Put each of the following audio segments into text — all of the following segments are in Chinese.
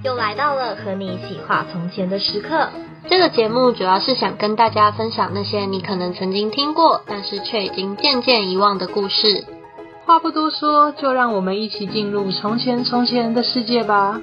又来到了和你一起画从前的时刻。 这个节目主要是想跟大家分享那些你可能曾经听过，但是却已经渐渐遗忘的故事。 话不多说，就让我们一起进入从前的世界吧。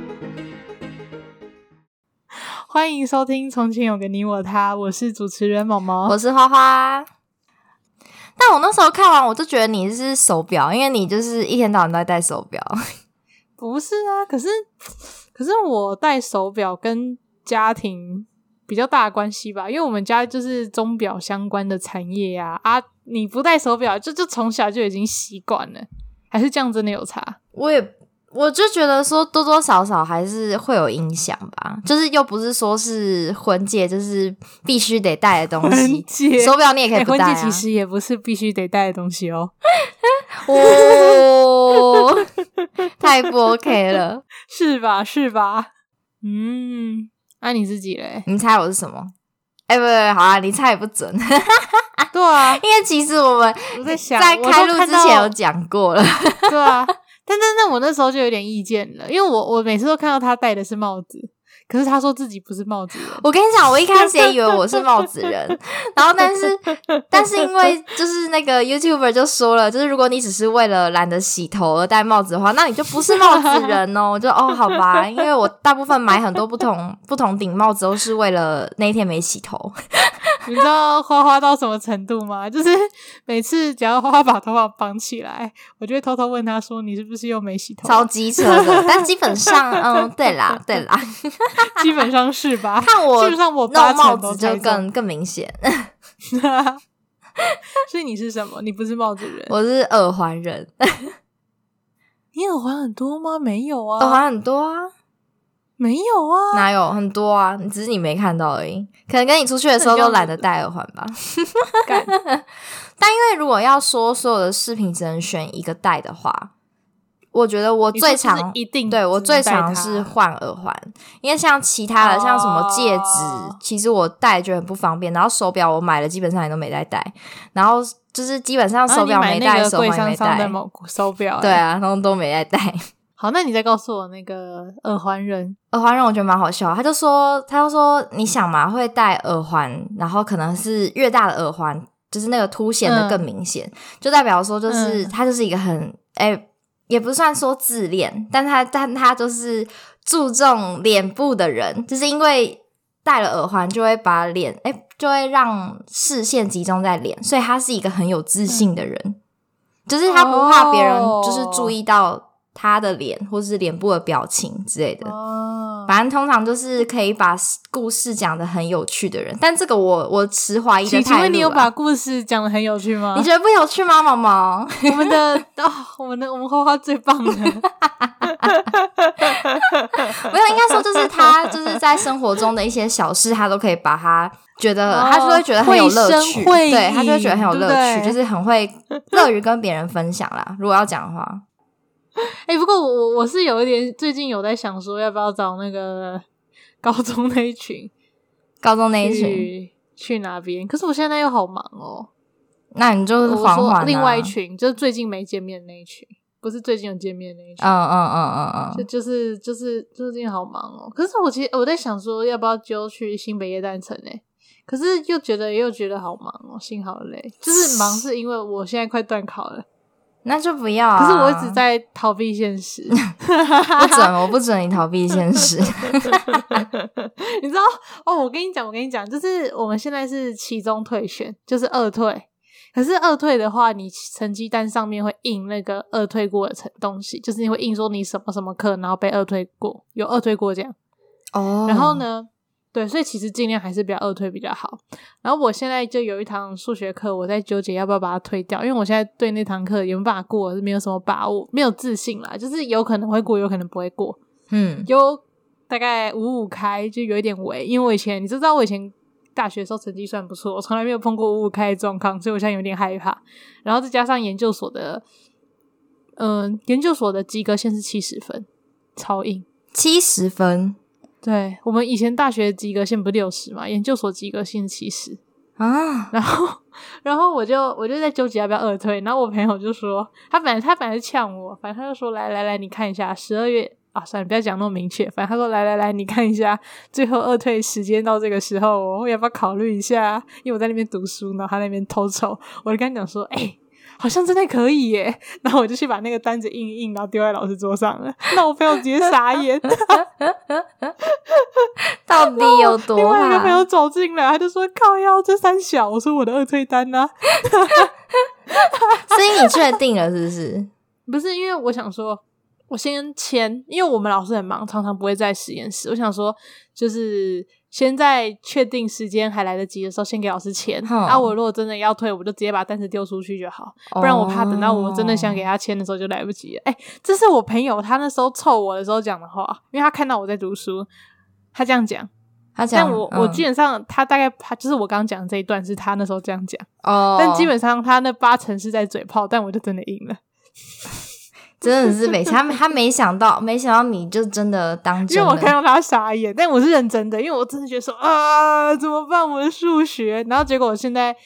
欢迎收听《从前有个你我他》，我是主持人毛毛， 我是花花。但我那时候看完，我就觉得你是手表，因为你就是一天到晚都在戴手表。 不是啊，可是我戴手表跟家庭比较大的关系吧，因为我们家就是钟表相关的产业啊。你不戴手表就从小就已经习惯了，还是这样真的有差？ 我就觉得说多多少少还是会有影响吧，就是又不是说是婚戒就是必须得戴的东西，手表你也可以不戴啊。 婚戒其实也不是必须得戴的东西哦。 哦，太不 OK 了， 是吧？那你自己嘞？ 你猜我是什么？不，好啊，你猜也不准。 对啊， 因为其实我们在开录之前有讲过了。 对啊。但我那时候就有点意见了，因为我每次都看到他戴的是帽子，可是他说自己不是帽子人。 我跟你讲，我一开始也以为我是帽子人，然后但是因为就是那个 YouTuber 就说了，就是如果你只是为了懒得洗头而戴帽子的话，那你就不是帽子人哦。我就好吧，因为我大部分买很多不同顶帽子都是为了那一天没洗头。 你知道花花到什么程度吗？就是每次只要花花把头发绑起来，我就会偷偷问他说你是不是又没洗头？ 超机车的。但基本上对啦基本上是吧？ 看我基本上我弄帽子就更明显。 所以你是什么？你不是帽子人。 我是耳环人。 你耳环很多吗？没有啊。 耳环很多啊。 没有啊。 哪有？很多啊，只是你没看到而已。可能跟你出去的时候都懒得戴耳环吧。但因为如果要说所有的饰品只能选一个戴的话，我觉得我最常对我最常是换耳环，因为像其他的像什么戒指，其实我戴觉得很不方便。然后手表我买了基本上也都没在戴，然后就是基本上手表没戴，手环也没戴， 手表对啊，然后都没在戴。 好，那你再告诉我那个耳环人我觉得蛮好笑。他就说你想嘛，会戴耳环，然后可能是越大的耳环就是那个凸显的更明显，就代表说就是他就是一个很也不算说自恋，但他就是注重脸部的人，就是因为戴了耳环就会把脸就会让视线集中在脸，所以他是一个很有自信的人，就是他不怕别人就是注意到他的脸或是脸部的表情之类的。反正通常就是可以把故事讲得很有趣的人，但这个我持怀疑的态度。 请问你有把故事讲得很有趣吗？ 你觉得不有趣吗，毛毛？ 我们花花最棒了。没有，应该说就是他就是在生活中的一些小事，他都可以把他觉得他就会觉得很有乐趣，对，他就会觉得很有乐趣，就是很会乐于跟别人分享啦。如果要讲的话。 不过我是有一点最近有在想说要不要找那个高中那一群去哪边，可是我现在又好忙哦。 那你就是缓缓另外一群就是最近没见面的那一群，不是最近有见面的那一群。就是最近好忙哦。可是我在想说要不要揪去新北耶诞城可是又觉得好忙哦，心好累。就是忙是因为我现在快段考了。 那就不要啊！ 可是我一直在逃避现实。 我不准你逃避现实。 你知道我跟你讲，就是我们现在是期中退选，就是二退。可是二退的话，你成绩单上面会印那个二退过的东西，就是你会印说你什么什么课，然后被二退过，有二退过这样。然后呢？对，所以其实尽量还是不要二退比较好。然后我现在就有一堂数学课，我在纠结要不要把它退掉，因为我现在对那堂课有没有办法过是没有什么把握，没有自信啦，就是有可能会过，有可能不会过。有大概5-5开，就有一点微，因为你知道我以前大学的时候成绩算不错，我从来没有碰过5-5开的状况，所以我现在有点害怕。然后再加上研究所的及格线是70分，超硬。 70分。 对，我们以前大学及格线不是60嘛，研究所及格线70啊。然后我就在纠结要不要二退，然后我朋友就说他本来是呛我，反正他就说来你看一下12月算了，不要讲那么明确，反正他说来你看一下最后二退时间到这个时候我要不要考虑一下，因为我在那边读书，然后他在那边偷瞅，我就跟他讲说好像真的可以耶，然后我就去把那个单子印一印，然后丢在老师桌上了。那我朋友直接傻眼到底有多另外一个朋友走进来，他就说靠腰这三小，我说我的二退单啊所以你确定了是不是？ 不是，因为我想说我先签，因为我们老师很忙，常常不会在实验室，我想说就是先在确定时间还来得及的时候先给老师签，我如果真的要退，我就直接把单子丢出去就好，不然我怕等到我真的想给他签的时候就来不及了。这是我朋友他那时候凑我的时候讲的话，因为他看到我在读书，他这样讲，但我基本上他大概就是我刚刚讲的这一段是他那时候这样讲但基本上他那8成是在嘴炮，但我就真的赢了真的是他没想到你就真的当真的， 因为我看到他傻眼，但我是认真的，因为我真的觉得说怎么办我的数学，然后结果我现在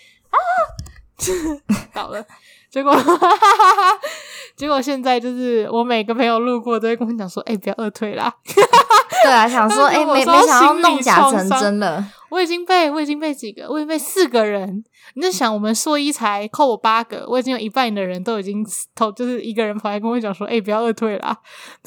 倒了，结果现在就是我每个朋友路过都会跟我讲说不要二退啦对啊，想说没想到弄假成真了。 我已经背几个，我已经背4个人。你在想我们硕一才扣我8个，我已经有一半的人都已经就是一个人跑来跟我讲说不要二退啦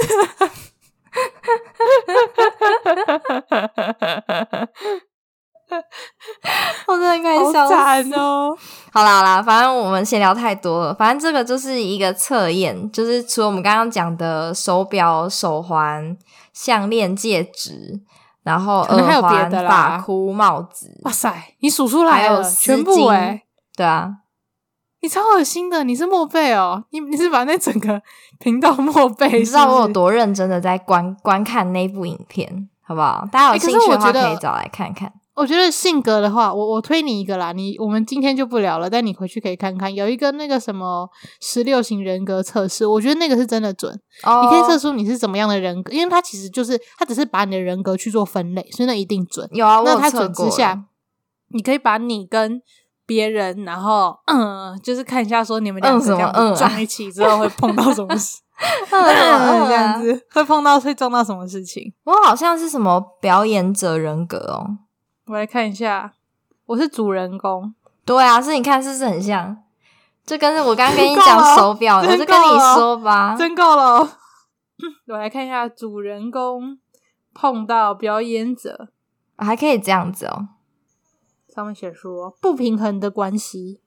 我真的开始笑死， 好惨哦。 好啦，反正我们闲聊太多了，反正这个就是一个测验，就是除了我们刚刚讲的手表、手环、项链、戒指，然后耳环、发箍、帽子， 哇塞你数出来了全部对啊， 你超恶心的，你是默背哦，你是把那整个频道默背是不是？ 你知道我有多认真的在观看那部影片好不好？大家有兴趣的话可以找来看看。 我觉得性格的话，我推你一个啦，我们今天就不聊了，但你回去可以看看，有一个那个什么16型人格测试，我觉得那个是真的准你可以测出你是怎么样的人格，因为它其实就是它只是把你的人格去做分类，所以那一定准。 有啊，我有测过了。 那它准之下，你可以把你跟别人，然后就是看一下说你们两个这样子撞一起之后会碰到什么事这样子会撞到什么事情。 我好像是什么表演者人格哦， 我来看一下，我是主人公。 对啊，是你看是不是很像？就跟我刚刚跟你讲手表，我就跟你说吧， 真够了我来看一下主人公碰到表演者还可以这样子哦。 上面写说不平衡的关系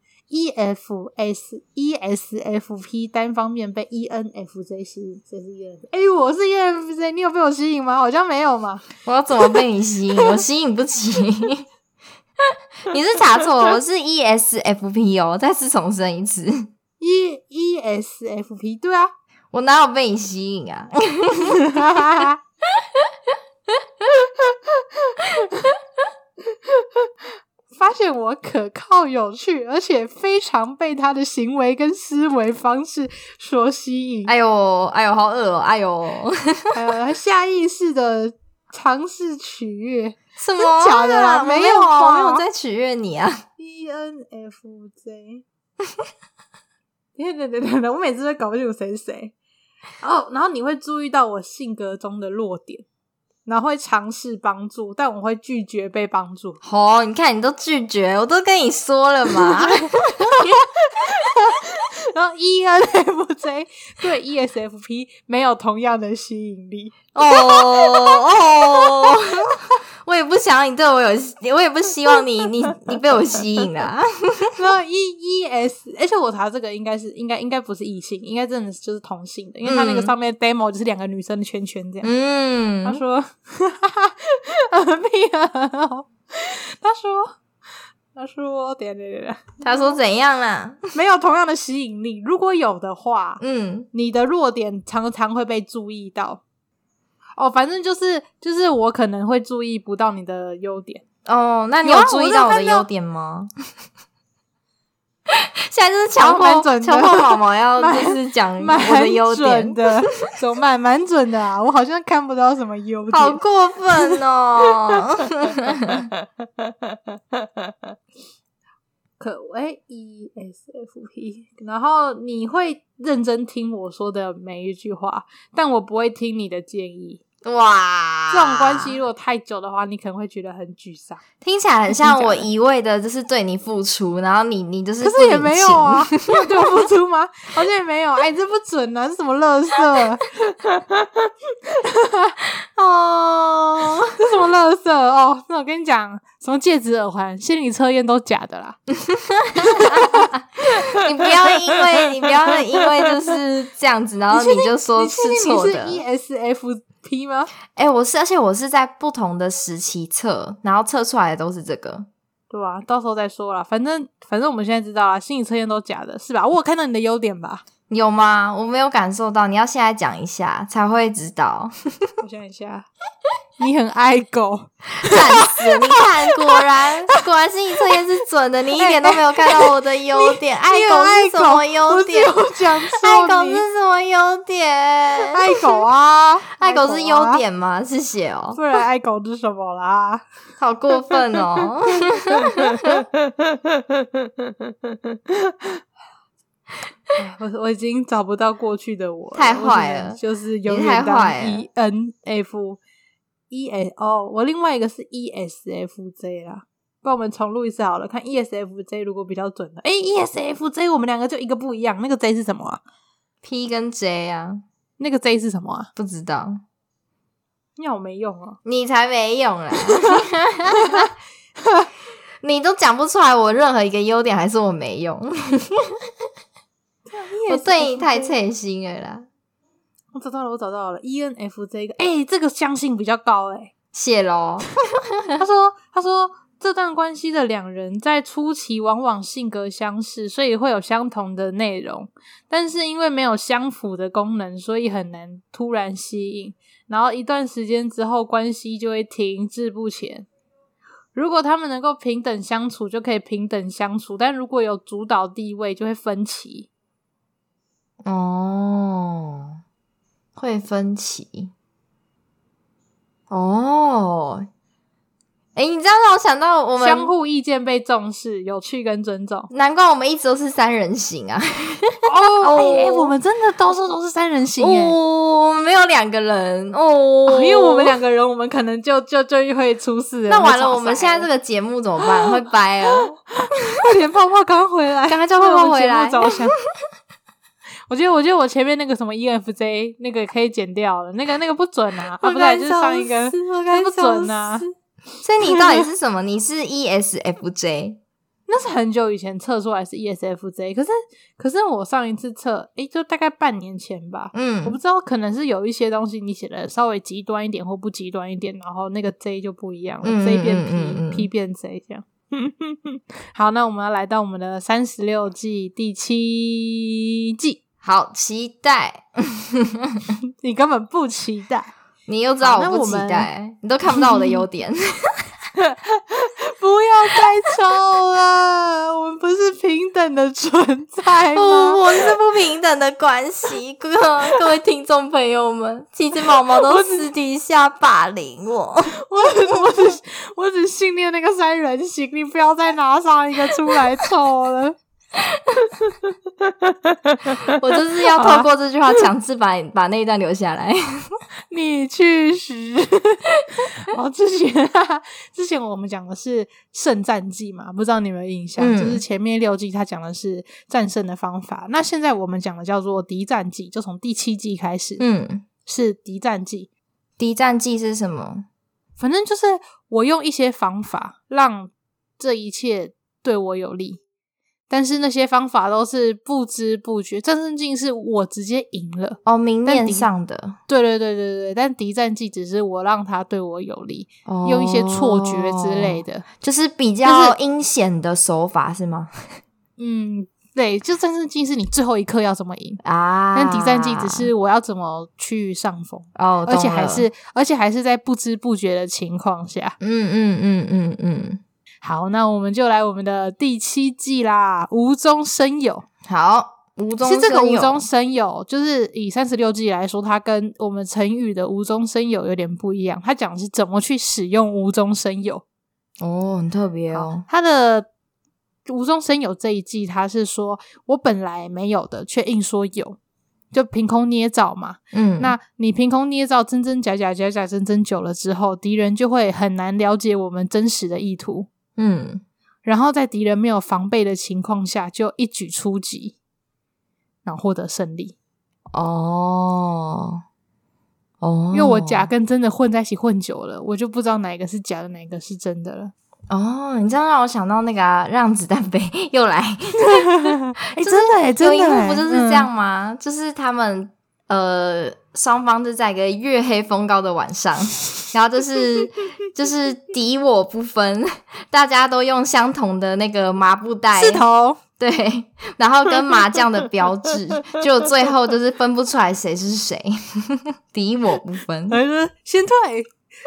ESFP 单方面被 ENFJ 吸引，谁是 ENFJ？ 我是 ENFJ， 你有被我吸引吗？好像没有嘛。 我要怎么被你吸引？我吸引不起你是查错了，我是 ESFP 哦，再次重申一次 ESFP 对啊， 我哪有被你吸引啊发现我可靠有趣，而且非常被他的行为跟思维方式所吸引。 哎呦好恶哦， 还下意识的尝试取悦。 什么真假的啦？没有我没有在取悦你啊。 ENFJ 等，我每次都搞不清楚谁是谁。然后你会注意到我性格中的弱点，然后会尝试帮助，但我会拒绝被帮助。 你看你都拒绝，我都跟你说了嘛然后 ENFJ 对 ESFP 没有同样的吸引力。 我也不想你对我我也不希望你被我吸引啦然后 ES， 而且我查这个应该不是异性，应该真的就是同性的，因为他那个上面 demo 就是2个女生的圈圈这样。他说等一下他说怎样啦？ 没有同样的吸引力，如果有的话你的弱点常常会被注意到。反正就是我可能会注意不到你的优点。 那你有注意到我的优点吗？现在就是强迫毛毛要就是讲我的优点的，怎么办？蛮准的啊，我好像看不到什么优点。 好过分哦 ESFP， 然后你会认真听我说的每一句话，但我不会听你的建议。 哇， 这种关系如果太久的话，你可能会觉得很沮丧。 听起来很像我一味的就是对你付出，然后你就是不领情。 可是也没有啊，你有对我付出吗？好像也没有。哎，这不准啊，这什么垃圾？哦，这什么垃圾哦？那我跟你讲，什么戒指、耳环、心理测验都假的啦。 你不要因为就是这样子，然后你就说是错的。 你是 ESFP 吗？ 而且我是在不同的时期测，然后测出来的都是这个。 对啊，到时候再说啦。反正我们现在知道啦，心理测验都假的，是吧？我有看到你的优点吧？ 有吗？我没有感受到，你要现在讲一下才会知道。 我想一下，你很爱狗， 惨死了！你看，果然心理测验是准的，你一点都没有看到我的优点。爱狗是什么优点？ 我讲错， 爱狗是什么优点？ 爱狗啊， 爱狗是优点吗？谢谢哦。 不然爱狗是什么啦？ 好过分哦！ 我已经找不到过去的我了， 太坏了， 就是永远当 ENF。我另外一个是 ESFJ 啦，帮我们重录一次好了，看 ESFJ 如果比较准的。ESFJ 我们两个就一个不一样，那个 J 是什么啊 ？P 跟 J 啊， 那个 J 是什么啊？ 不知道， 那我没用哦， 你才没用啦！你都讲不出来我任何一个优点，还是我没用？我对你太切心了啦！ 我找到了 ENFJ 这个相信比较高谢咯。 他说这段关系的两人在初期往往性格相似，所以会有相同的内容，但是因为没有相符的功能，所以很难突然吸引，然后一段时间之后关系就会停滞不前。如果他们能够平等相处，就可以平等相处，但如果有主导地位，就会分歧。 哦，会分歧。哦，你这样让我想到我们相互意见被重视，有趣跟尊重。 难怪我们一直都是三人行啊！ 我们真的多数都是三人行我们没有两个人因为我们两个人，我们可能就会出事了。 那完了，我们现在这个节目怎么办？会掰啊！ 快点，泡泡刚回来， 刚刚叫泡泡回来。 着想。我觉得我前面那个什么 ENFJ 那个可以剪掉了，那个不准啊！不对，就是上一个那不准啊！ 所以你到底是什么？你是 ESFJ？ 那是很久以前测出来是 ESFJ， 可是我上一次测，就大概半年前吧。我不知道，可能是有一些东西你写的稍微极端一点或不极端一点，然后那个 J 就不一样了，J 变 P，P 变 J 这样。好，那我们要来到我们的36季第7季。 好期待！ 你根本不期待， 你又知道我不期待，你都看不到我的优点。 不要再吵了，我们不是平等的存在吗？ 我是不平等的关系。各位听众朋友们，其实毛毛都私底下霸凌我。 我只信念那个三人行，你不要再拿上一个出来凑了。 我就是要透过这句话强制把那一段留下来。 你去死！之前我们讲的是圣战记嘛，不知道你有没有印象？就是前面6季他讲的是战胜的方法，那现在我们讲的叫做敌战记，就从第7季开始，是敌战记。 敌战记是什么？ 反正就是我用一些方法让这一切对我有利。但是那些方法都是不知不觉，战胜记是我直接赢了明面上的， 对，但敌战记只是我让他对我有利，用一些错觉之类的， 就是比较阴险的手法是吗？ 对，就战胜记是你最后一刻要怎么赢啊，但敌战记只是我要怎么去上风而且还是在不知不觉的情况下。好，那我们就来我们的第7季啦，无中生有。 好，无中生有。 其实这个无中生有，就是以36季来说，它跟我们成语的无中生有有点不一样。它讲的是怎么去使用无中生有。 很特别哦。 它的无中生有这一季他是说我本来没有的却硬说有，就凭空捏造嘛。那你凭空捏造真真假假假假真真久了之后，敌人就会很难了解我们真实的意图。然后在敌人没有防备的情况下就一举出击，然后获得胜利。因为我假跟真的混在一起混久了，我就不知道哪一个是假的哪一个是真的了。 你这样让我想到那个让子弹飞又来真的耶，真的耶， 有一幕不就是这样吗？就是他们双方就在一个月黑风高的晚上，然后就是敌我不分，大家都用相同的那个麻布袋刺头， 对，然后跟麻将的标志，就最后就是分不出来谁是谁，敌我不分， 先退。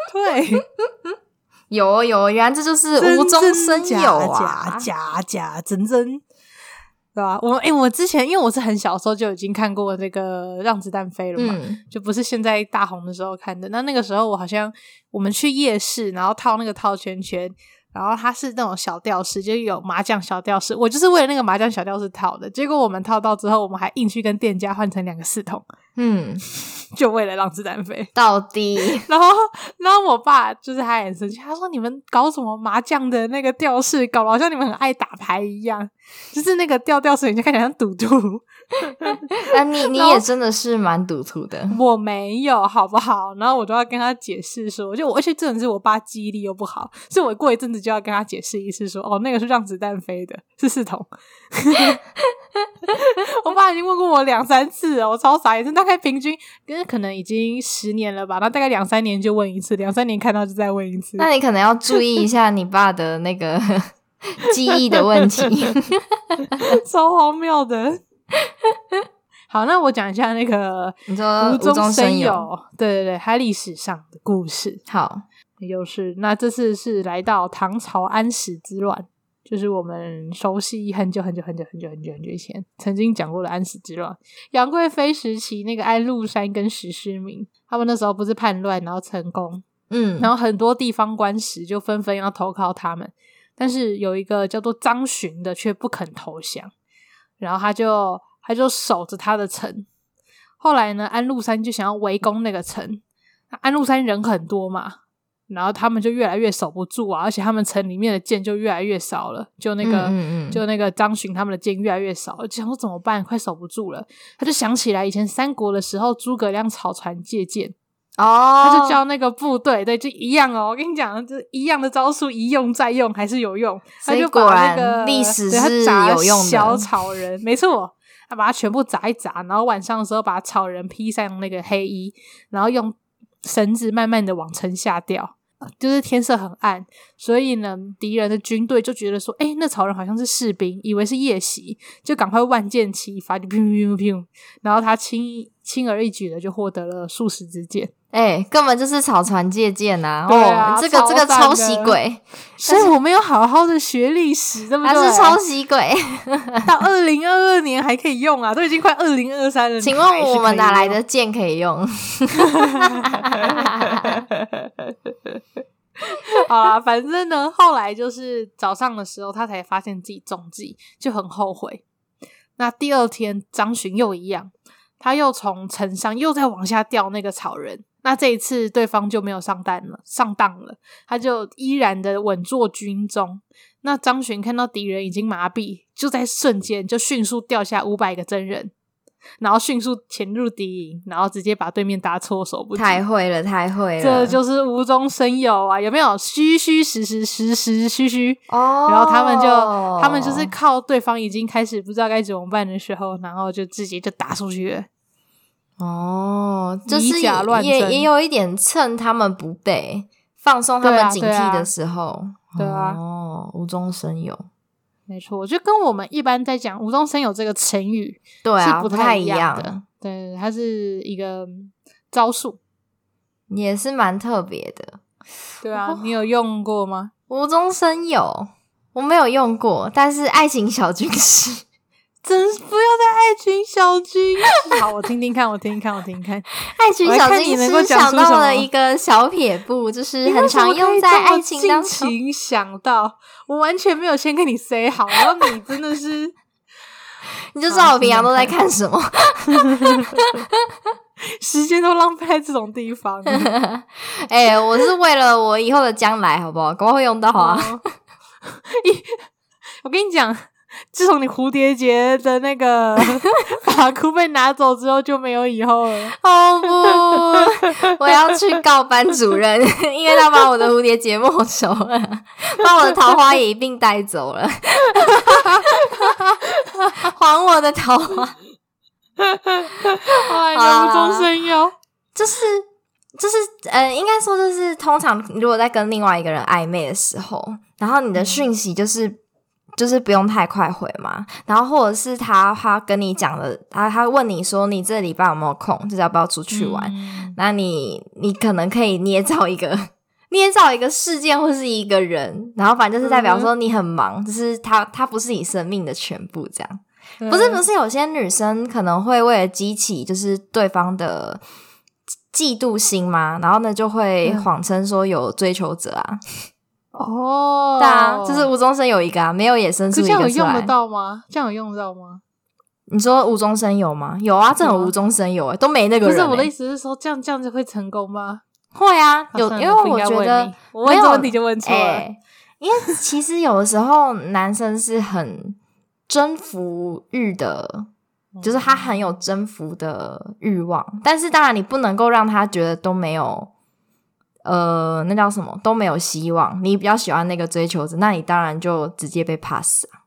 有，原来这就是无中生有啊， 假真，对吧？我之前因为我是很小的时候就已经看过这个让子弹飞了嘛，就不是现在大红的时候看的。那个时候我们去夜市，然后套那个套圈圈，然后它是那种小吊饰，就有麻将小吊饰，我就是为了那个麻将小吊饰套的。结果我们套到之后，我们还硬去跟店家换成2个4筒，就为了让子弹飞到底。 然后我爸就是还很生气，他说你们搞什么麻将的那个吊饰，搞得好像你们很爱打牌一样，就是那个吊饰你就看起来像赌徒。 那你也真的是蛮赌徒的。 我没有好不好？然后我就要跟他解释说，而且真的是我爸记忆力又不好，所以我过一阵子就要跟他解释一次说，那个是让子弹飞的，是4筒。我爸已经问过我2-3次了，我超傻眼，大概平均可能已经10年了吧，然后大概2-3年就问一次，2-3年看到就再问一次。 那你可能要注意一下你爸的那个记忆的问题。 超荒谬的。好，那我讲一下那个你说无中生有， 对，还历史上的故事。 好， 也就是那这次是来到唐朝安史之乱，就是我们熟悉很久以前曾经讲过的安史之乱。杨贵妃时期那个安禄山跟石狮明，他们那时候不是叛乱然后成功，然后很多地方官职就纷纷要投靠他们，但是有一个叫做张巡的却不肯投降，然后他就守着他的城。后来呢，安禄山就想要围攻那个城，安禄山人很多嘛，然后他们就越来越守不住啊，而且他们城里面的箭就越来越少了，就那个张巡他们的箭越来越少了，就想说怎么办，快守不住了。他就想起来以前三国的时候诸葛亮草船借箭，他就叫那个部队，对，就一样我跟你讲，这一样的招数一用再用还是有用。他就把那个历史是有用的， 小草人没错，他把它全部砸一砸，然后晚上的时候把草人披上那个黑衣，然后用绳子慢慢的往城下吊，就是天色很暗，所以呢敌人的军队就觉得说那草人好像是士兵，以为是夜袭，就赶快万箭齐发，就砰，然后他轻而易举的就获得了数十支箭。 根本就是草船借箭啊！ 对啊， 这个抄袭鬼， 所以我没有好好的学历史，对不对？ 他是抄袭鬼， 到2022年还可以用啊，都已经快2023了。 请问我们哪来的箭可以用？ 好啦，反正呢，后来就是早上的时候，他才发现自己中计，就很后悔。那第二天，张巡又一样，他又从城上又再往下吊那个草人。那这一次对方就没有上当了，他就依然的稳坐军中。那张巡看到敌人已经麻痹，就在瞬间就迅速掉下500个真人，然后迅速潜入敌营，然后直接把对面打措手不及。 太会了， 这就是无中生有啊！有没有虚虚实实虚虚然后他们就是靠对方已经开始不知道该怎么办的时候，然后就直接就打出去了。 就是也有一点趁他们不备，放松他们警惕的时候。 对啊， 无中生有， 没错，就跟我们一般在讲无中生有这个成语， 对啊， 是不太一样的。 样对，它是一个招数， 也是蛮特别的。 对啊，你有用过吗？ 无中生有，我没有用过，但是爱情小军师真不要再爱情小军。好，我听听看。 爱情小军是想到了一个小撇步，就是很常用在爱情当中。 尽情想到，我完全没有先跟你 say 好，然后你真的是， 你就知道我平常都在看什么。 时间都浪费在这种地方。 我是为了我以后的将来，好不好？搞不好会用到啊。 我跟你讲，自从你蝴蝶结的那个发箍被拿走之后，就没有以后了。 哦不，我要去告班主任，因为他把我的蝴蝶结没收了，把我的桃花也一并带走了。还我的桃花！ 无中生有。 就是应该说就是通常如果在跟另外一个人暧昧的时候，然后你的讯息就是不用太快回嘛，然后或者是他跟你讲的，他问你说你这礼拜有没有空，就是要不要出去玩，那你可能可以捏造一个事件或是一个人，然后反正就是代表说你很忙，就是他不是你生命的全部这样。不是有些女生可能会为了激起就是对方的嫉妒心嘛，然后呢就会谎称说有追求者啊。 哦， 对啊，就是无中生有一个啊，没有也生出一个出来。 这样有用得到吗？ 你说无中生有吗？有啊，这很无中生有都没那个人。 不是，我的意思是说，这样子会成功吗？ 会啊，有，因为我觉得我问这问题就问错了。 因为其实有的时候男生是很征服欲的，就是他很有征服的欲望，但是当然你不能够让他觉得都没有那叫什么都没有希望，你比较喜欢那个追求者，那你当然就直接被 pass 啊。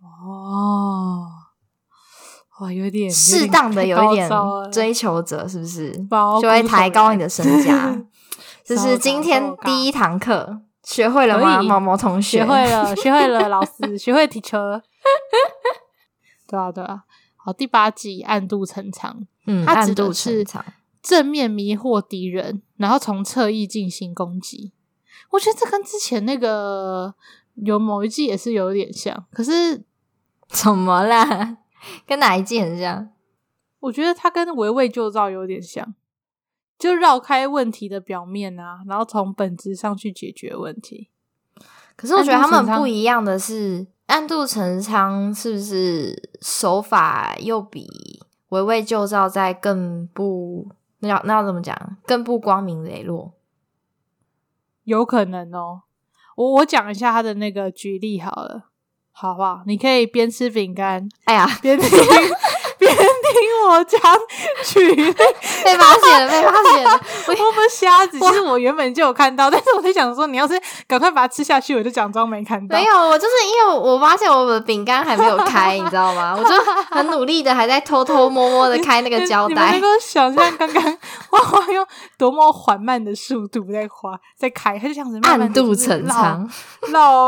哇，有点适当的有一点追求者，是不是就会抬高你的身价？这是今天第一堂课，学会了吗？毛毛同学学会了，老师学会teacher。对啊。好，第8集暗度陈仓，它指的是正面迷惑敌人，然后从侧翼进行攻击。我觉得这跟之前那个有某一季也是有点像，可是怎么啦？跟哪一季很像？ 我觉得它跟围魏救赵有点像，就绕开问题的表面啊，然后从本质上去解决问题。 可是我觉得他们不一样的是，暗度陈仓是不是手法又比围魏救赵在更不那要怎么讲？更不光明磊落？ 有可能哦。我讲一下他的那个举例好了，好不好？你可以边吃饼干，边听我讲举例。 被发现了！ 我不瞎子，其实我原本就有看到，但是我在想说，你要是赶快把它吃下去，我就假装没看到。 没有，我就是因为我发现我的饼干还没有开，你知道吗？我就很努力的还在偷偷摸摸的开那个胶带。 你们能够想象刚刚花花用多么缓慢的速度在开，他就这样子慢慢暗度陈仓， 绕。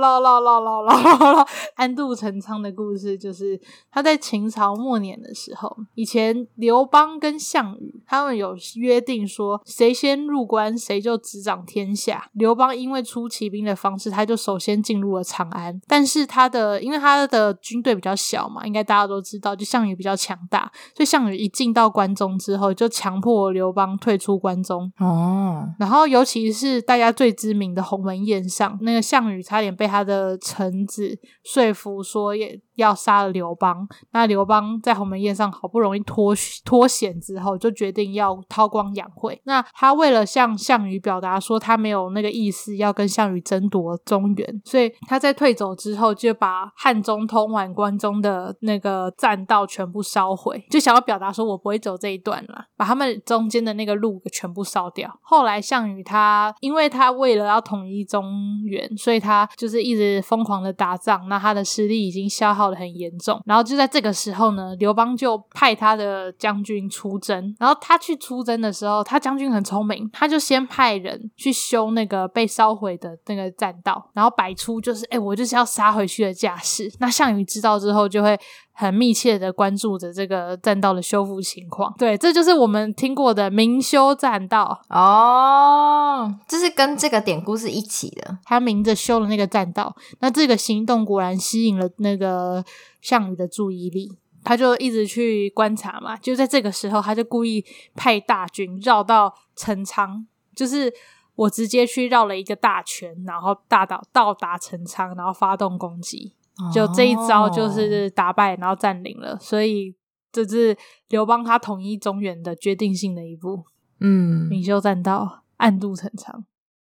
暗度陈仓的故事就是他在秦朝末年的时候，以前刘邦跟项羽他们有约定说，谁先入关谁就执掌天下。刘邦因为出骑兵的方式，他就首先进入了长安，但是因为他的军队比较小嘛，应该大家都知道，就项羽比较强大，所以项羽一进到关中之后，就强迫刘邦退出关中。然后尤其是大家最知名的鸿门宴上，那个项羽差点被他的臣子说服说也要杀了刘邦。那刘邦在鸿门宴上好不容易脱险之后，就决定要韬光养晦。那他为了向项羽表达说他没有那个意思要跟项羽争夺中原，所以他在退走之后就把汉中通往关中的那个栈道全部烧毁，就想要表达说我不会走这一段啦，把他们中间的那个路全部烧掉。后来项羽因为他为了要统一中原，所以他就是一直疯狂的打仗，那他的实力已经消耗得很严重。然后就在这个时候呢，刘邦就派他的将军出征，然后他去出征的时候，他将军很聪明，他就先派人去修那个被烧毁的那个栈道，然后摆出就是我就是要杀回去的架势。那项羽知道之后就会很密切的关注着这个栈道的修复情况。对，这就是我们听过的明修栈道哦，这是跟这个典故是一起的。 他明着修了那个栈道，那这个行动果然吸引了那个项羽的注意力，他就一直去观察嘛，就在这个时候他就故意派大军绕到陈仓，就是我直接去绕了一个大圈，然后到达陈仓，然后发动攻击，就这一招就是打败然后占领了，所以这是刘邦他统一中原的决定性的一步。明修栈道，暗度陈仓。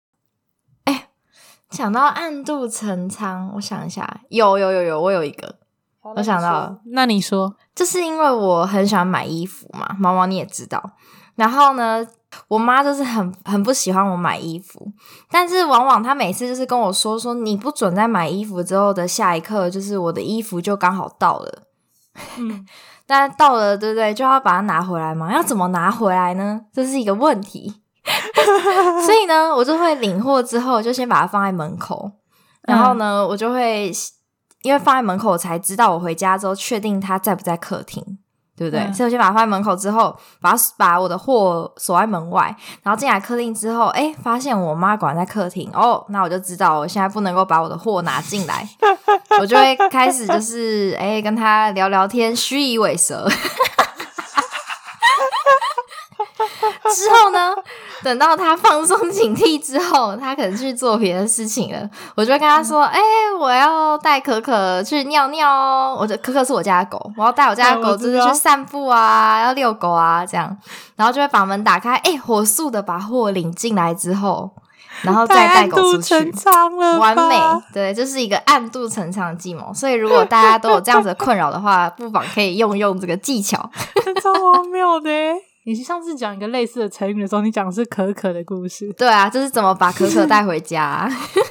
想到暗度陈仓，我想一下，有，我有一个，我想到了。 那你说， 就是因为我很喜欢买衣服嘛，毛毛你也知道。然后呢，我妈就是很不喜欢我买衣服，但是往往她每次就是跟我说你不准在买衣服之后的下一刻，就是我的衣服就刚好到了。但到了，对不对？就要把它拿回来嘛，要怎么拿回来呢？这是一个问题。所以呢，我就会领货之后就先把它放在门口，然后呢，我就会因为放在门口我才知道我回家之后确定它在不在客厅，对不对？所以我先把它放在门口之后，把我的货锁在门外，然后进来客厅之后，发现我妈果然在客厅，那我就知道我现在不能够把我的货拿进来，我就会开始就是跟她聊聊天，虚以委蛇。之后呢，等到他放松警惕之后，他可能去做别的事情了，我就会跟他说我要带可可去尿尿哦，可可是我家的狗，我要带我家的狗就是去散步啊，要遛狗啊这样，然后就会把门打开，火速的把货领进来之后，然后再带狗出去， 暗度陈仓了吧， 完美。对，这是一个暗度陈仓的计谋，所以如果大家都有这样子的困扰的话，不妨可以用这个技巧。 超荒谬的耶。你上次讲一个类似的成语的时候，你讲的是可可的故事。 对啊，就是怎么把可可带回家。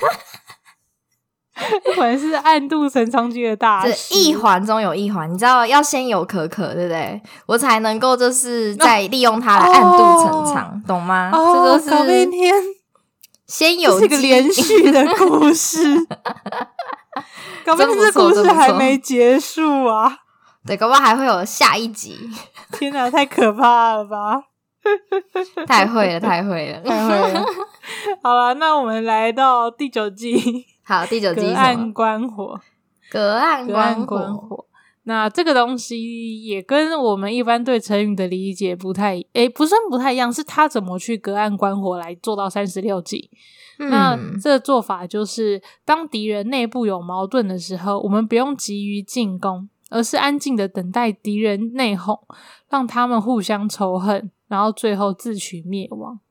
果然是暗度陈仓界的大师， 这一环中有一环，你知道要先有可可，对不对？我才能够就是再利用它来暗度陈仓，懂吗？这就是搞半天先有， 这是个连续的故事。搞半天这故事还没结束啊！ 对，搞不好还会有下一集。 天哪，太可怕了吧！ 太会了。 好了，那我们来到第9季。 好，第9季隔岸观火。 隔岸观火。 那这个东西也跟我们一般对成语的理解不算不太一样，是他怎么去隔岸观火来做到36计。那这个做法就是当敌人内部有矛盾的时候，我们不用急于进攻，而是安静的等待敌人内讧，让他们互相仇恨，然后最后自取灭亡。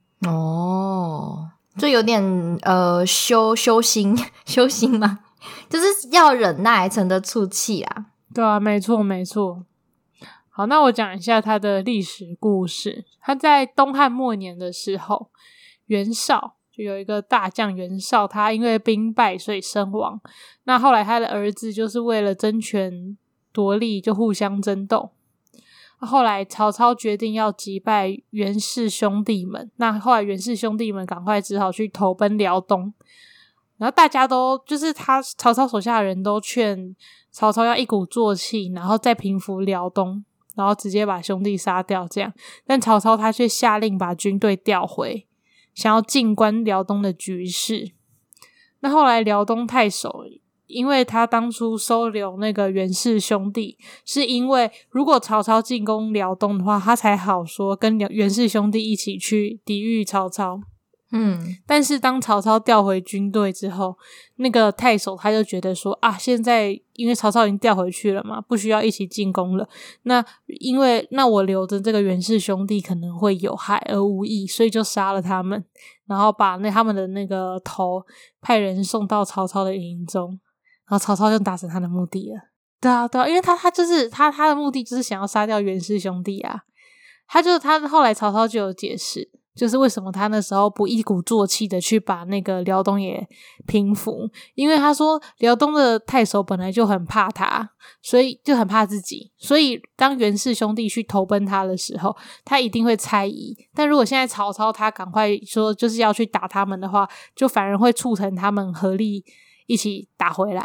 就有点修心嘛，就是要忍耐，沉得住气啊。 对啊，没错。好，那我讲一下他的历史故事。他在东汉末年的时候，袁绍就有一个大将袁绍，他因为兵败所以身亡。那后来他的儿子就是为了争权夺利就互相争斗。后来曹操决定要击败袁氏兄弟们，那后来袁氏兄弟们赶快只好去投奔辽东。然后大家都就是曹操手下的人都劝曹操要一鼓作气，然后再平服辽东，然后直接把兄弟杀掉这样。但曹操他却下令把军队调回，想要静观辽东的局势。那后来辽东太守因为他当初收留那个袁氏兄弟，是因为如果曹操进攻辽东的话，他才好说跟袁氏兄弟一起去抵御曹操。但是当曹操调回军队之后，那个太守他就觉得说现在因为曹操已经调回去了嘛，不需要一起进攻了，那我留着这个袁氏兄弟可能会有害而无益，所以就杀了他们，然后把他们的那个头派人送到曹操的营中，然后曹操就达成他的目的了。对啊，因为他就是他的目的就是想要杀掉袁氏兄弟啊。他后来曹操就有解释，就是为什么他那时候不一鼓作气的去把那个辽东也平服，因为他说辽东的太守本来就很怕他，所以就很怕自己，所以当袁氏兄弟去投奔他的时候，他一定会猜疑。但如果现在曹操他赶快说就是要去打他们的话，就反而会促成他们合力一起打回来，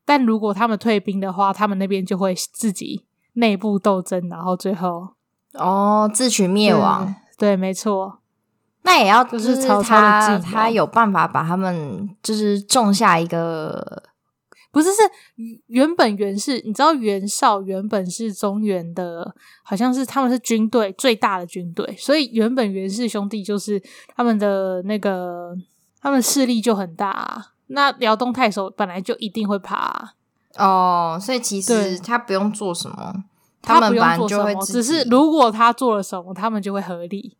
但如果他们退兵的话，他们那边就会自己内部斗争，然后最后自取灭亡。 对，没错。 那也要就是曹操的他有办法把他们就是种下一个， 不是原本袁氏，你知道袁绍原本是中原的，好像是他们是军队最大的军队，所以原本袁氏兄弟就是他们的他们势力就很大啊。那辽东太守本来就一定会怕啊。 所以其实他不用做什么， 他们不用做什么， 就会只是如果他做了什么，他们就会合力。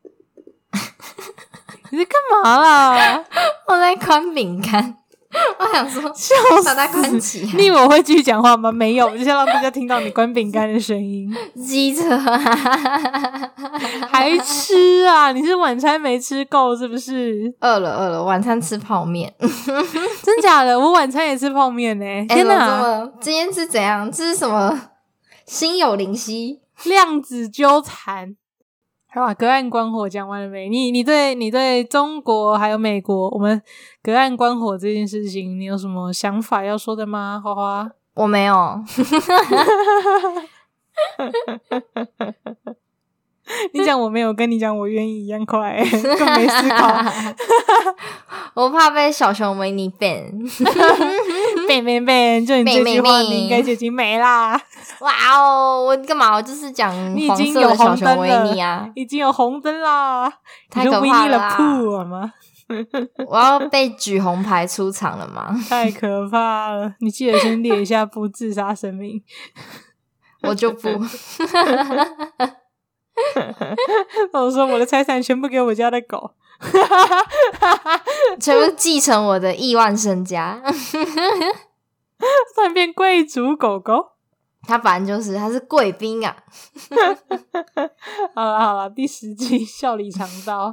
你在干嘛啦？ 我在宽饼干。我想说把它关起来。 你以为我会继续讲话吗？没有，我就是要让大家听到你关饼干的声音。 机车还吃啊？你是晚餐没吃够是不是？ 饿了，晚餐吃泡面。 真假的？我晚餐也吃泡面欸。天哪！ 今天是怎样？这是什么？心有灵犀， 量子纠缠。好吧，隔岸观火讲完了没？你对中国还有美国，我们隔岸观火这件事情，你有什么想法要说的吗？花花， 我没有。 你讲我没有，跟你讲我愿意一样快，更没思考。 我怕被小熊维尼 ban。 ban，就你这句话，你应该就已经没啦。 哇哦，我干嘛？我就是讲黄色的小熊维尼啊， 已经有红灯啦， 太可怕了啦！酷吗？ 我要被举红牌出场了吗？ 太可怕了！你记得先列一下不自杀声明。 我就不。 我说我的财产全部给我家的狗。 全部继承我的亿万身家。 算变贵族狗狗。 他反正他是贵宾啊。 好了，第10集笑里藏刀，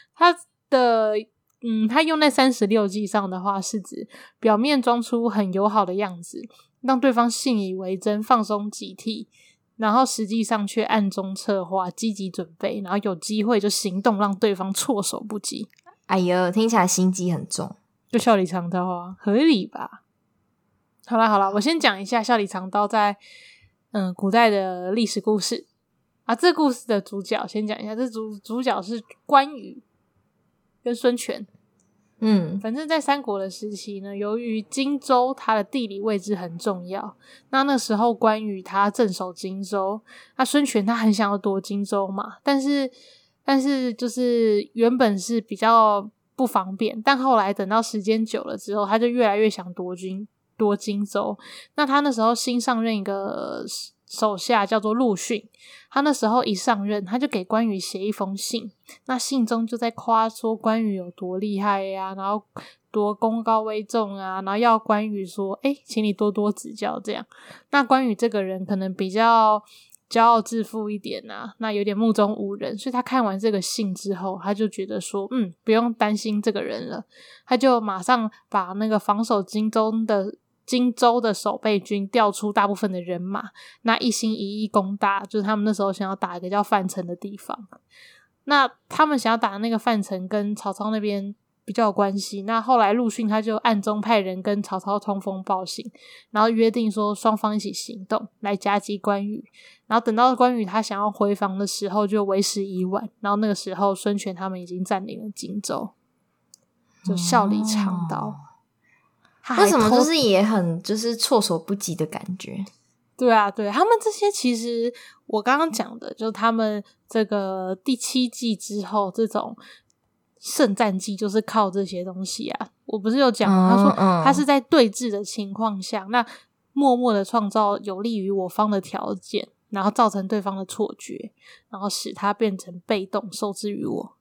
他用那36计上的话是指表面装出很友好的样子，让对方信以为真，放松警惕，然后实际上却暗中策划，积极准备，然后有机会就行动，让对方措手不及。 哎呦，听起来心机很重， 就笑里藏刀啊，合理吧？好啦，我先讲一下笑里藏刀在古代的历史故事啊。这故事的主角先讲一下，这主角是关羽跟孙权。反正在三国的时期呢，由于荆州它的地理位置很重要，那时候关羽他镇守荆州，那孙权他很想要夺荆州嘛，但是就是原本是比较不方便，但后来等到时间久了之后，他就越来越想夺荆州。那他那时候新上任一个手下叫做陆逊，他那时候一上任，他就给关羽写一封信，那信中就在夸说关羽有多厉害呀，然后多功高威重啊，然后要关羽说请你多多指教这样。那关羽这个人可能比较骄傲自负一点啊，那有点目中无人，所以他看完这个信之后，他就觉得说不用担心这个人了，他就马上把那个防守荆州的守备军调出大部分的人马，那一心一意攻打，就是他们那时候想要打一个叫范城的地方。那他们想要打的那个范城跟曹操那边比较有关系，那后来陆逊他就暗中派人跟曹操通风报信，然后约定说双方一起行动来夹击关羽，然后等到关羽他想要回防的时候就为时已晚，然后那个时候孙权他们已经占领了荆州，就笑里藏刀。 为什么就是也很就是措手不及的感觉？ 对啊，对，他们这些其实我刚刚讲的就是他们这个第7季之后这种圣战绩就是靠这些东西啊。我不是有讲他说他是在对峙的情况下，那默默的创造有利于我方的条件，然后造成对方的错觉，然后使他变成被动受制于我，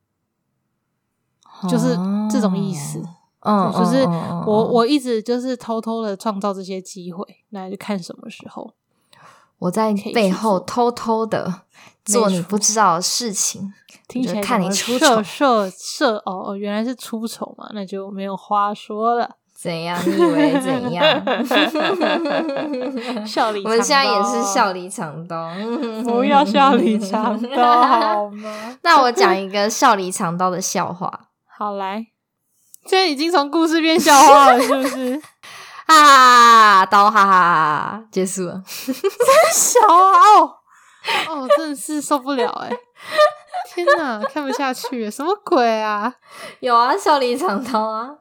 就是这种意思。就是我一直就是偷偷的创造这些机会，那就看什么时候我在背后偷偷的做你不知道的事情， 听起来看你出丑原来是出丑嘛，那就没有话说了。 怎样？你以为怎样？ 笑里藏刀， 我们现在也是笑里藏刀。 不要笑里藏刀好吗？ 那我讲一个笑里藏刀的笑话。 好来，现在已经从故事变笑话了是不是？ 哈哈，刀哈哈，结束了。 小啊哦，真的是受不了天哪，看不下去，什么鬼啊？ 有啊，笑里藏刀啊，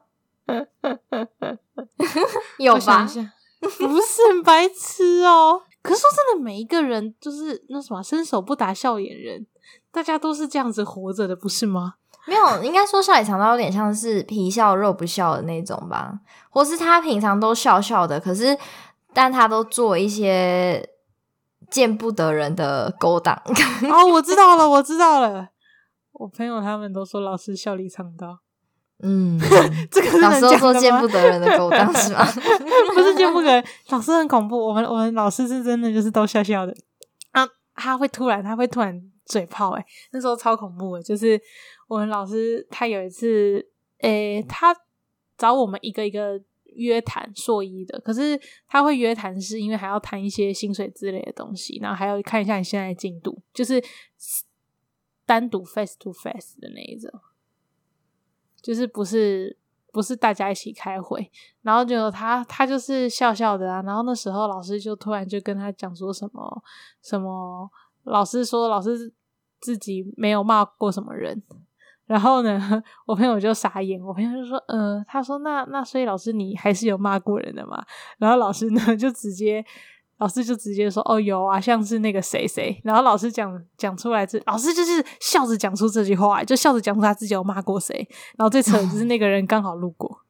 有吧？ 不是很白痴哦。可是说真的，每一个人就是那什么伸手不打笑脸人，大家都是这样子活着的，不是吗？ 没有，应该说笑里藏刀有点像是皮笑肉不笑的那种吧，或是他平常都笑笑的，但他都做一些见不得人的勾当。 哦，我知道了。我朋友他们都说老师笑里藏刀。这个是老师都说见能讲的吗？ 不得人的勾当是吗？ 不是见不得人，老师很恐怖。我们老师是真的就是都笑笑的啊，他会突然嘴炮那时候超恐怖就是我们老师他有一次他找我们一个一个约谈硕一的，可是他会约谈是因为还要谈一些薪水之类的东西，然后还要看一下你现在的进度，就是单独 face to face 的那一种，就是不是大家一起开会，然后就他就是笑笑的啊，然后那时候老师就突然就跟他讲说什么，老师说老师自己没有骂过什么人，然后呢我朋友就傻眼，我朋友就说他说那所以老师你还是有骂过人的嘛？然后老师就直接说哦有啊，像是那个谁谁，然后老师讲出来老师就是笑着讲出这句话，就笑着讲出他自己有骂过谁，然后最扯的就是那个人刚好路过。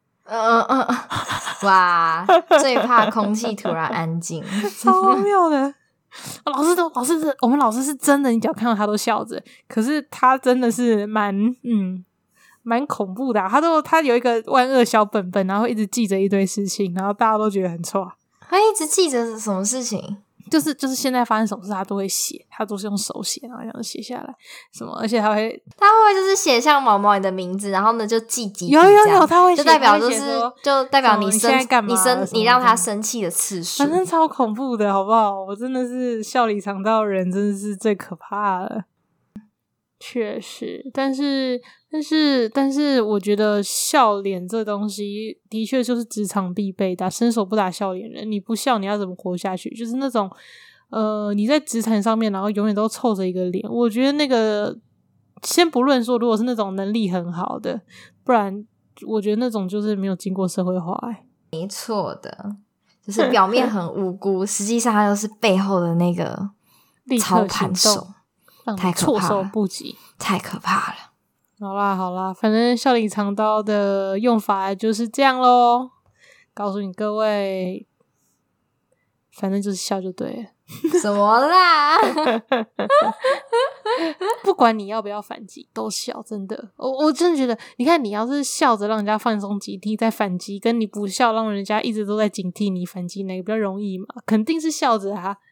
哇，最怕空气突然安静， 超荒谬的。我们老师是真的，你只要看到他都笑着，可是他真的是蛮恐怖的他有一个万恶小本本，然后一直记着一堆事情，然后大家都觉得很臭。 他一直记着什么事情？ 就是现在发生什么事他都会写，他都是用手写，然后这样写下来什么，而且他会就是写像毛毛你的名字，然后呢就记几笔， 有他会写， 就代表就代表你现在干嘛你让他生气的次数， 反正超恐怖的好不好？我真的是笑里藏刀的人真的是最可怕了。确实，但是我觉得笑脸这东西的确就是职场必备的伸手不打笑脸人，你不笑你要怎么活下去？就是那种你在职场上面然后永远都臭着一个脸，我觉得那个先不论说如果是那种能力很好的，不然我觉得那种就是没有经过社会化没错的，就是表面很无辜实际上他就是背后的那个操盘手，太可怕了， 措手不及， 太可怕了。 好啦，反正笑里藏刀的用法就是这样咯，告诉你各位，反正就是笑就对了。 什么啦？ 不管你要不要反击都笑，真的。我真的觉得你看你要是笑着让人家放松警惕再反击，跟你不笑让人家一直都在警惕你反击哪个比较容易嘛？肯定是笑着啊。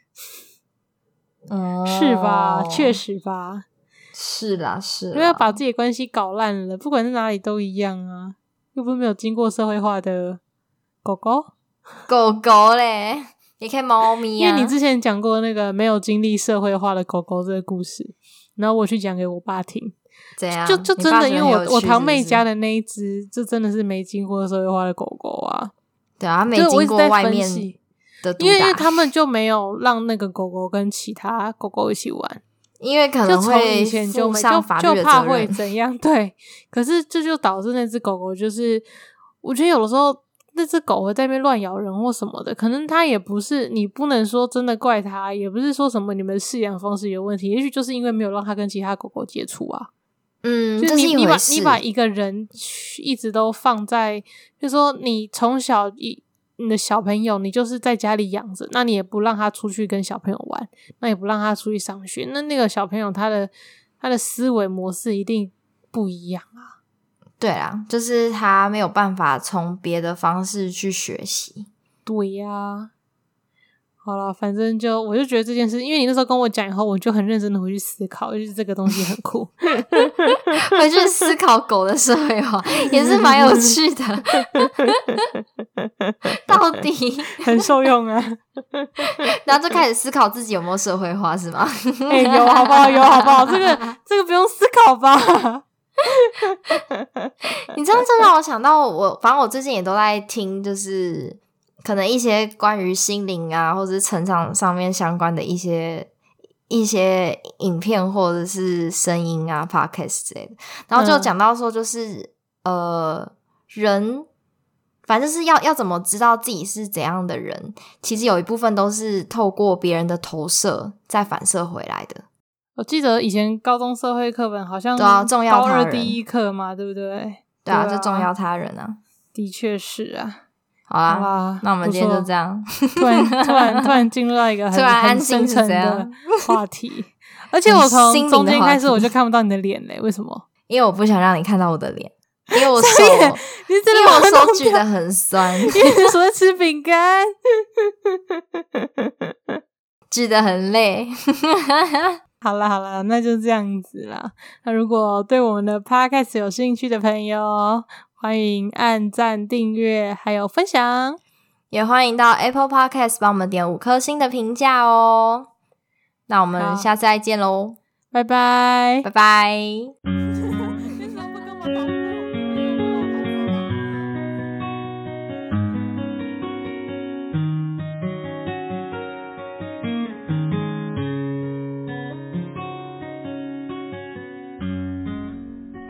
是吧？确实吧。 是啦， 因为要把自己的关系搞烂了，不管在哪里都一样啊。又不是没有经过社会化的狗狗嘞，也可以猫咪啊。 因为你之前讲过那个没有经历社会化的狗狗这个故事，然后我去讲给我爸听。 怎样？ 就真的，因为我堂妹家的那一只，就真的是没经过社会化的狗狗啊。 对啊，没经过外面的毒打， 因为他们就没有让那个狗狗跟其他狗狗一起玩， 因为可能会负上法律的责任， 就怕会怎样。对，可是这就导致那只狗狗就是，我觉得有的时候那只狗会在那边乱咬人或什么的，可能它也不是，你不能说真的怪它，也不是说什么你们饲养方式有问题，也许就是因为没有让它跟其他狗狗接触啊。就是你把一个人一直都放在，就是说你从小你的小朋友你就是在家里养着，那你也不让他出去跟小朋友玩，那也不让他出去上学，那个小朋友他的思维模式一定不一样啊。 对啊，就是他没有办法从别的方式去学习。 对啊。好了，反正我就觉得这件事，因为你那时候跟我讲以后，我就很认真的回去思考，就是这个东西很酷。 回去思考狗的社会化也是蛮有趣的。到底很受用啊。 然后就开始思考自己有没有社会化是吗？ 有好不好？有好不好？这个不用思考吧。 你这样就让我想到反正我最近也都在听，就是可能一些关于心灵啊或者是成长上面相关的一些影片或者是声音啊 podcast 之类的，然后就讲到说就是人反正就是要怎么知道自己是怎样的人，其实有一部分都是透过别人的投射再反射回来的。 我记得以前高中社会课本好像对啊，重要高他人二第一课嘛，对不对？ 对啊，就重要他人啊。 的确是啊。 好啦，那我们今天就这样。 突然进入到一个很深沉的话题，而且我从中间开始我就看不到你的脸嘞，为什么？ 因为我不想让你看到我的脸，因为我手举得很酸， 因为你说吃饼干， 举得很累。 好啦，那就这样子啦。那如果对我们的 podcast 有兴趣的朋友，欢迎按赞、订阅还有分享， 也欢迎到 Apple Podcast 帮我们点5颗星的评价哦。那我们下次再见咯， 拜拜， 拜拜。